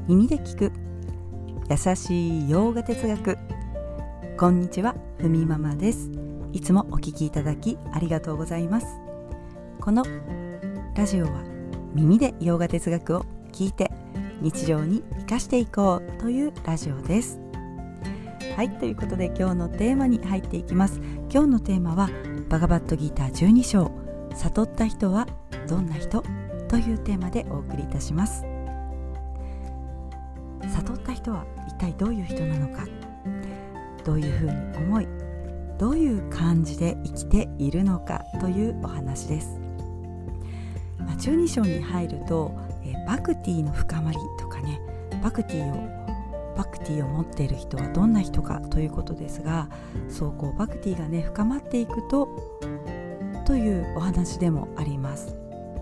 耳で聞く優しい洋画哲学。こんにちは、ふみママです。いつもお聞きいただきありがとうございます。このラジオは耳で洋画哲学を聞いて日常に生かしていこうというラジオです。はい、ということで今日のテーマに入っていきます。今日のテーマはバガバットギーター12章、悟った人はどんな人というテーマでお送りいたします。悟った人は一体どういう人なのか、どういうふうに思い、どういう感じで生きているのかというお話です。12章に入るとバクティの深まりとかね、バクティを持っている人はどんな人かということですが、バクティがね深まっていくというお話でもあります。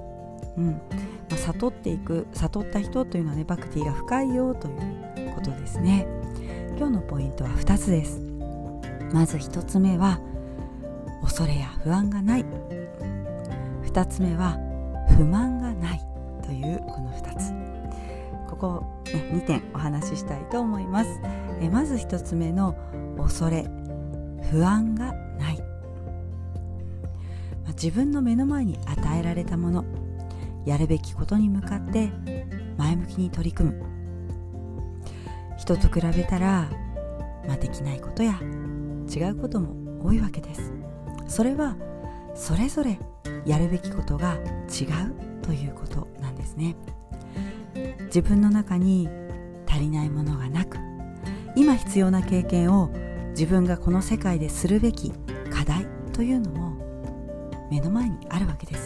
悟った人というのはね、バクティが深いよということですね。今日のポイントは2つです。まず1つ目は恐れや不安がない、2つ目は不満がないというこの2つ、ここ、2点お話ししたいと思います。まず1つ目の恐れ、不安がない。自分の目の前に与えられたもの、やるべきことに向かって前向きに取り組む。人と比べたら、できないことや違うことも多いわけです。それはそれぞれやるべきことが違うということなんですね。自分の中に足りないものがなく、今必要な経験を自分がこの世界でするべき課題というのも目の前にあるわけです。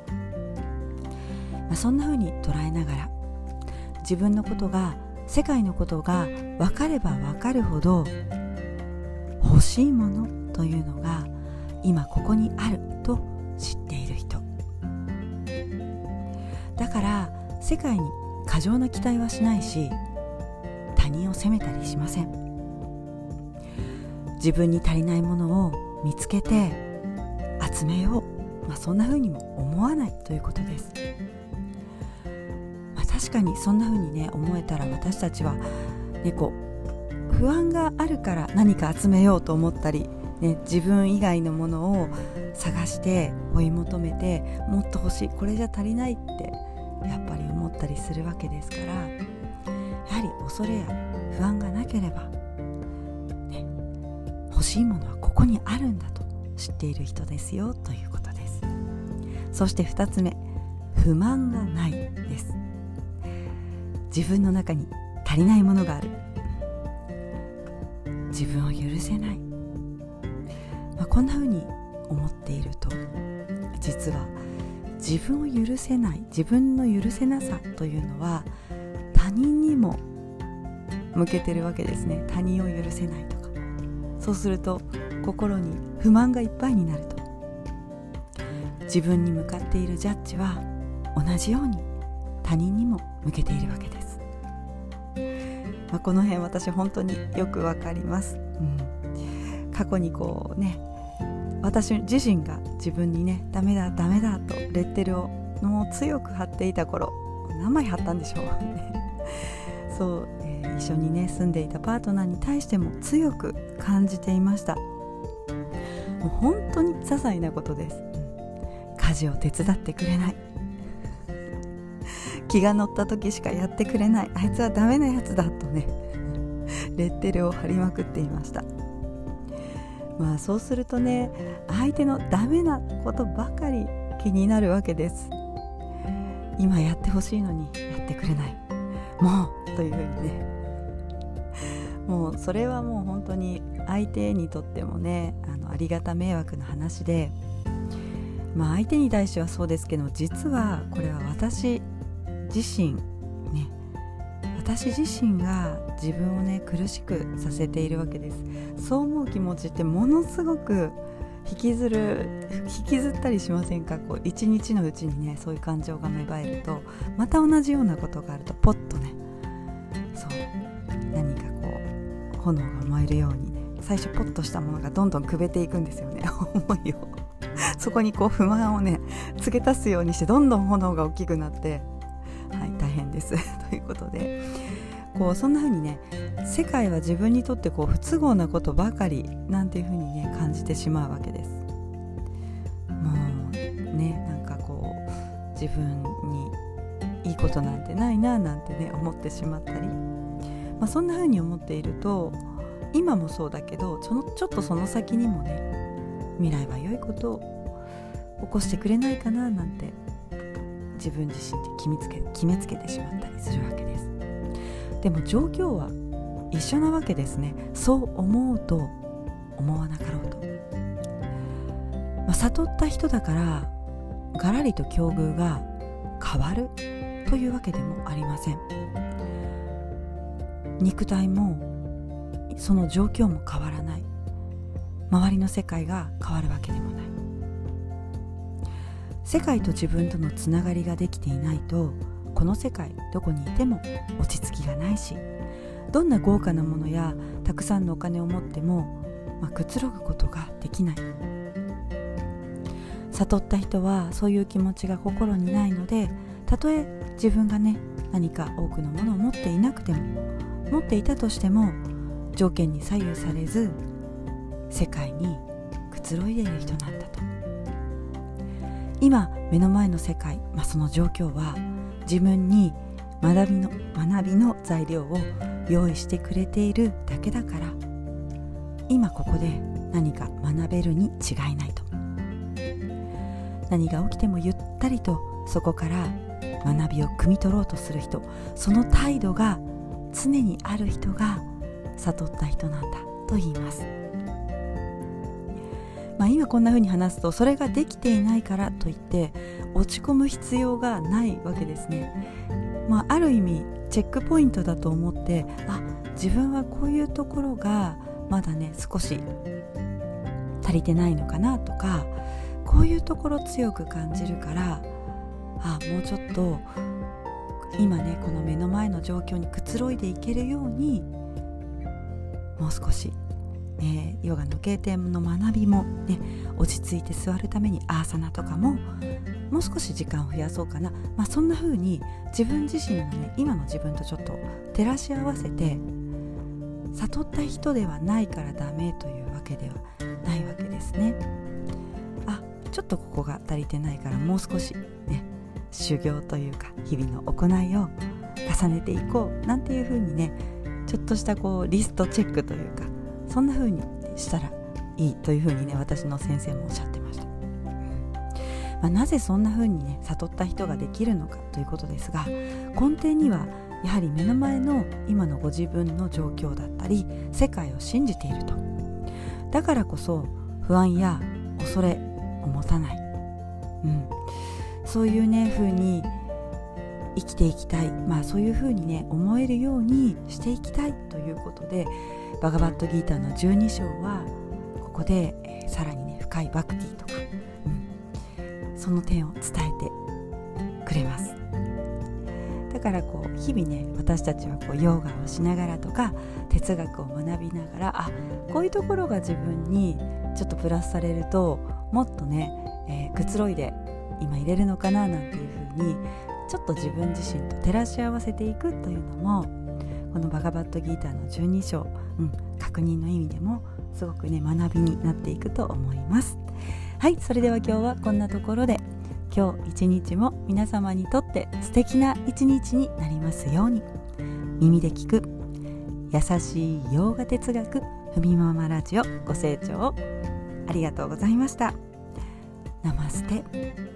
そんな風に捉えながら、自分のことが、世界のことが分かれば分かるほど、欲しいものというのが今ここにあると知っている人だから、世界に過剰な期待はしないし、他人を責めたりしません。自分に足りないものを見つけて集めよう、そんな風にも思わないということです。確かにそんな風にね思えたら、私たちは、不安があるから何か集めようと思ったり、自分以外のものを探して追い求めて、もっと欲しい、これじゃ足りないってやっぱり思ったりするわけですから、やはり恐れや不安がなければ、欲しいものはここにあるんだと知っている人ですよということです。そして2つ目、不満がないです。自分の中に足りないものがある、自分を許せない、こんな風に思っていると、実は自分を許せない、自分の許せなさというのは他人にも向けてるわけですね。他人を許せないとか、そうすると心に不満がいっぱいになると、自分に向かっているジャッジは同じように他人にも向けているわけです。この辺私本当によくわかります。過去に私自身が自分にダメだとレッテルを強く貼っていた頃、何枚貼ったんでしょう一緒に住んでいたパートナーに対しても強く感じていました。もう本当に些細なことです。家事を手伝ってくれない、気が乗った時しかやってくれない、あいつはダメなやつだとレッテルを貼りまくっていました。そうすると相手のダメなことばかり気になるわけです。今やってほしいのにやってくれない、もうというふうにもうそれはもう本当に相手にとってもありがた迷惑な話で、相手に対してはそうですけど、実はこれは私自身が自分を苦しくさせているわけです。そう思う気持ちってものすごく引きずったりしませんか？一日のうちにそういう感情が芽生えると、また同じようなことがあるとポッと何か炎が燃えるように、最初ポッとしたものがどんどんくべていくんですよね。思いをそこに不満を付け足すようにして、どんどん炎が大きくなって、大変ですということで、 そんな風にね、世界は自分にとって不都合なことばかりなんていう風にね感じてしまうわけです。もうね、自分にいいことなんてないななんてね思ってしまったり、そんな風に思っていると、今もそうだけどちょっとその先にもね、未来は良いことを起こしてくれないかななんて自分自身で決めつけてしまったりするわけです。でも状況は一緒なわけですね。そう思うと思わなかろうと、悟った人だからガラリと境遇が変わるというわけでもありません。肉体もその状況も変わらない。周りの世界が変わるわけでもない。世界と自分とのつながりができていないと、この世界どこにいても落ち着きがないし、どんな豪華なものやたくさんのお金を持っても、くつろぐことができない。悟った人はそういう気持ちが心にないので、たとえ自分がね何か多くのものを持っていなくても、持っていたとしても条件に左右されず世界にくつろいでいる人なんだと。今目の前の世界、その状況は自分に学びの材料を用意してくれているだけだから、今ここで何か学べるに違いないと。何が起きてもゆったりとそこから学びを汲み取ろうとする人、その態度が常にある人が悟った人なんだと言います。今こんな風に話すと、それができていないからといって落ち込む必要がないわけですね。ある意味チェックポイントだと思って、自分はこういうところがまだね少し足りてないのかなとか、こういうところ強く感じるから、もうちょっと今ねこの目の前の状況にくつろいでいけるように、もう少し、ヨガの経典の学びもね落ち着いて座るためにアーサナとかももう少し時間を増やそうかな、そんな風に自分自身のね今の自分とちょっと照らし合わせて、悟った人ではないからダメというわけではないわけですね。ちょっとここが足りてないからもう少しね修行というか日々の行いを重ねていこうなんていう風にね、ちょっとしたリストチェックというか、そんな風にしたらいいという風にね私の先生もおっしゃってました。なぜそんな風にね悟った人ができるのかということですが、根底にはやはり目の前の今のご自分の状況だったり世界を信じていると。だからこそ不安や恐れを持たない、そういうね風に生きていきたい、そういう風にね思えるようにしていきたいということで、バガバットギーターの12章はここで、さらにね深いバクティとか、その点を伝えてくれます。だから日々ね私たちはヨガをしながらとか哲学を学びながら、こういうところが自分にちょっとプラスされるともっとね、くつろいで今入れるのかななんていうふうにちょっと自分自身と照らし合わせていくというのも、このバガバットギーターの12章、確認の意味でもすごくね学びになっていくと思います。はい、それでは今日はこんなところで、今日一日も皆様にとって素敵な一日になりますように。耳で聞く優しいヨーガ哲学ふみママラジオご清聴ありがとうございました。ナマステ。